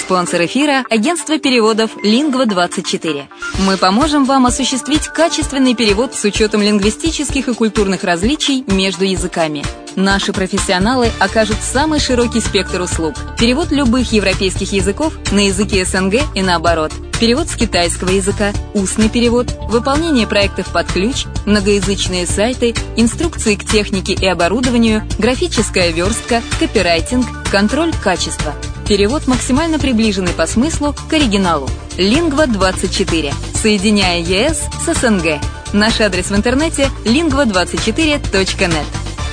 Спонсор эфира – агентство переводов Lingva24. Мы поможем вам осуществить качественный перевод с учетом лингвистических и культурных различий между языками. Наши профессионалы окажут самый широкий спектр услуг. Перевод любых европейских языков на языки СНГ и наоборот. Перевод с китайского языка, устный перевод, выполнение проектов под ключ, многоязычные сайты, инструкции к технике и оборудованию, графическая верстка, копирайтинг, контроль качества. Перевод максимально приближенный по смыслу к оригиналу. Lingva24. Соединяя ЕС с СНГ. Наш адрес в интернете lingva24.net.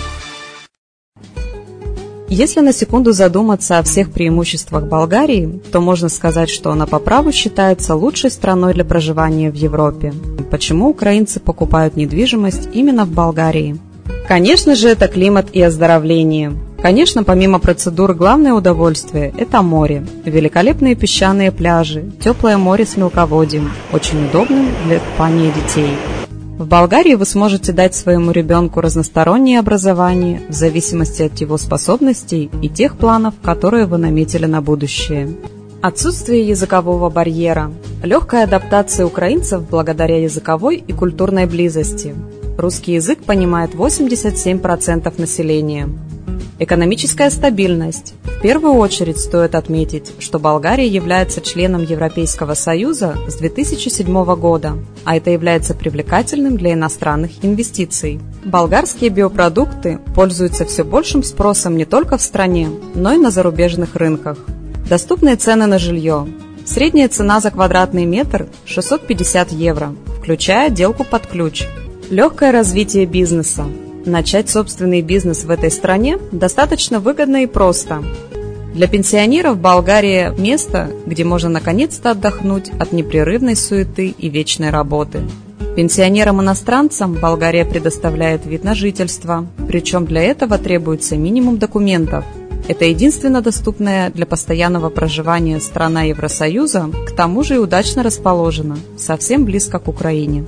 Если на секунду задуматься о всех преимуществах Болгарии, то можно сказать, что она по праву считается лучшей страной для проживания в Европе. Почему украинцы покупают недвижимость именно в Болгарии? Конечно же, это климат и оздоровление. Конечно, помимо процедур, главное удовольствие – это море. Великолепные песчаные пляжи, теплое море с мелководьем, очень удобным для купания детей. В Болгарии вы сможете дать своему ребенку разностороннее образование в зависимости от его способностей и тех планов, которые вы наметили на будущее. Отсутствие языкового барьера. Легкая адаптация украинцев благодаря языковой и культурной близости. Русский язык понимает 87% населения. Экономическая стабильность. В первую очередь стоит отметить, что Болгария является членом Европейского Союза с 2007 года, а это является привлекательным для иностранных инвестиций. Болгарские биопродукты пользуются все большим спросом не только в стране, но и на зарубежных рынках. Доступные цены на жилье. Средняя цена за квадратный метр – 650 евро, включая отделку под ключ. Легкое развитие бизнеса. Начать собственный бизнес в этой стране достаточно выгодно и просто. Для пенсионеров Болгария – место, где можно наконец-то отдохнуть от непрерывной суеты и вечной работы. Пенсионерам-иностранцам Болгария предоставляет вид на жительство, причем для этого требуется минимум документов. Это единственно доступная для постоянного проживания страна Евросоюза, к тому же и удачно расположена, совсем близко к Украине.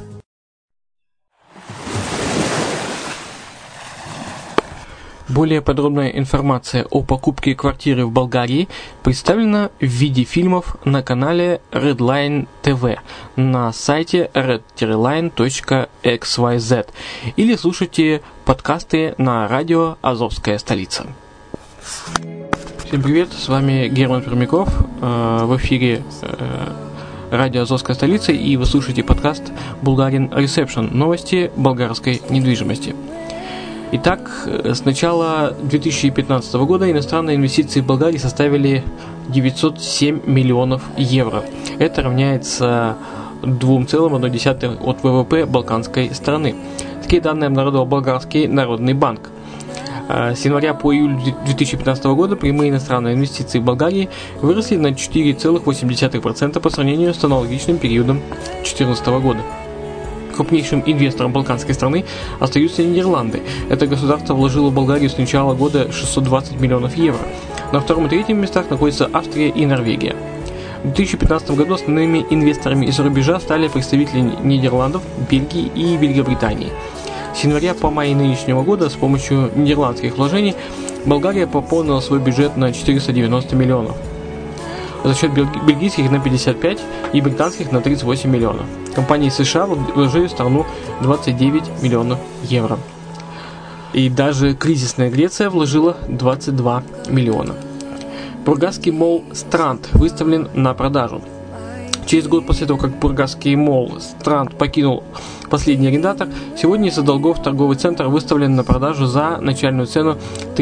Более подробная информация о покупке квартиры в Болгарии представлена в виде фильмов на канале Redline TV на сайте red-line.xyz или слушайте подкасты на радио «Азовская столица». Всем привет, с вами Герман Пермяков, в эфире радио «Азовская столица», и вы слушаете подкаст «Bulgarian Reception» – новости болгарской недвижимости. Итак, с начала 2015 года иностранные инвестиции в Болгарии составили 907 миллионов евро. Это равняется 2,1% от ВВП балканской страны. Такие данные обнародовал Болгарский народный банк. С января по июль 2015 года прямые иностранные инвестиции в Болгарии выросли на 4,8% по сравнению с аналогичным периодом 2014 года. Крупнейшим инвестором балканской страны остаются Нидерланды. Это государство вложило в Болгарию с начала года 620 миллионов евро. На втором и третьем местах находятся Австрия и Норвегия. В 2015 году основными инвесторами из-за рубежа стали представители Нидерландов, Бельгии и Великобритании. С января по май нынешнего года с помощью нидерландских вложений Болгария пополнила свой бюджет на 490 миллионов. За счет бельгийских на 55 и британских на 38 миллионов. Компании США вложили в страну 29 миллионов евро. И даже кризисная Греция вложила 22 миллиона. Бургасский молл Странт выставлен на продажу. Через год после того, как Бургасский молл Странт покинул последний арендатор, сегодня из-за долгов торговый центр выставлен на продажу за начальную цену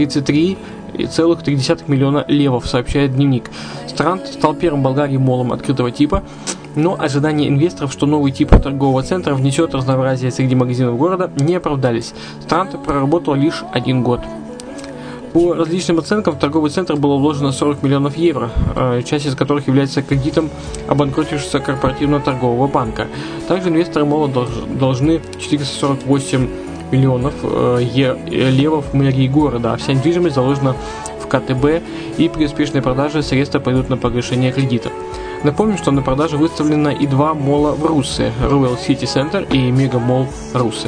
33,3 миллиона левов, сообщает Дневник. Странт стал первым в Болгарии моллом открытого типа, но ожидания инвесторов, что новый тип торгового центра внесет разнообразие среди магазинов города, не оправдались. Странт проработал лишь 1 год. По различным оценкам в торговый центр было вложено 40 миллионов евро, часть из которых является кредитом обанкротившегося корпоративного торгового банка. Также инвесторы молла должны 448 миллионов левов мэрии города, а вся недвижимость заложена в КТБ, и при успешной продаже средства пойдут на погашение кредита. Напомним, что на продажу выставлено и 2 молла в Руссе, Royal City Center и Mega Mall Руссе.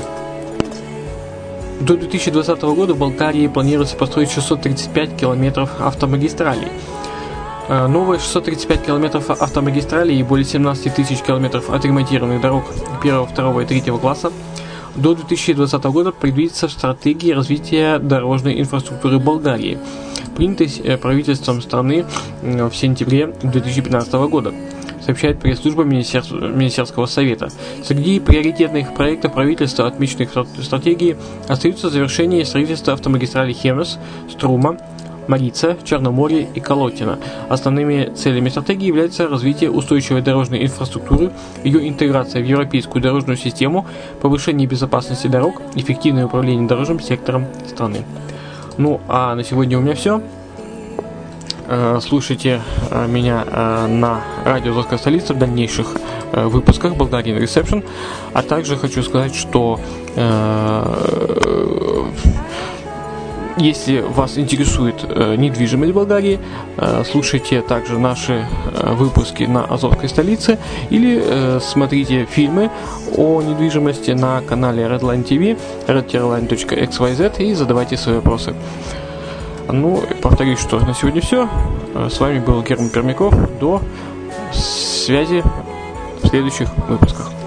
До 2020 года в Болгарии планируется построить 635 километров автомагистралей. Новые 635 километров автомагистрали и более 17 тысяч километров отремонтированных дорог 1, 2 и 3 класса до 2020 года предвидится в стратегии развития дорожной инфраструктуры Болгарии, принятой правительством страны в сентябре 2015 года, сообщает пресс-служба Министерского совета. Среди приоритетных проектов правительства, отмеченных в стратегии, остаются завершение строительства автомагистралей Хемус, Струма, Марица, Черноморье и Колотина. Основными целями стратегии являются развитие устойчивой дорожной инфраструктуры, ее интеграция в европейскую дорожную систему, повышение безопасности дорог, эффективное управление дорожным сектором страны. Ну, а на сегодня у меня все. Слушайте меня на радио «Азовская столица» в дальнейших выпусках Bulgarian Reception. А также хочу сказать, что если вас интересует недвижимость в Болгарии, слушайте также наши выпуски на Азовской столице или смотрите фильмы о недвижимости на канале Redline TV, redline.xyz, и задавайте свои вопросы. Ну, повторюсь, что на сегодня все. С вами был Герман Пермяков. До связи в следующих выпусках.